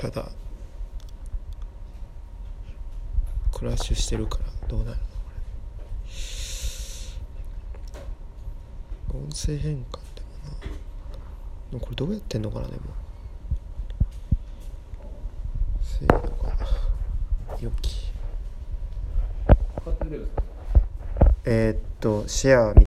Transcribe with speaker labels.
Speaker 1: ただクラッシュしてるからどうなるのこれ。音声変換でもな、これどうやってんのかな。でもせーのかよきシェア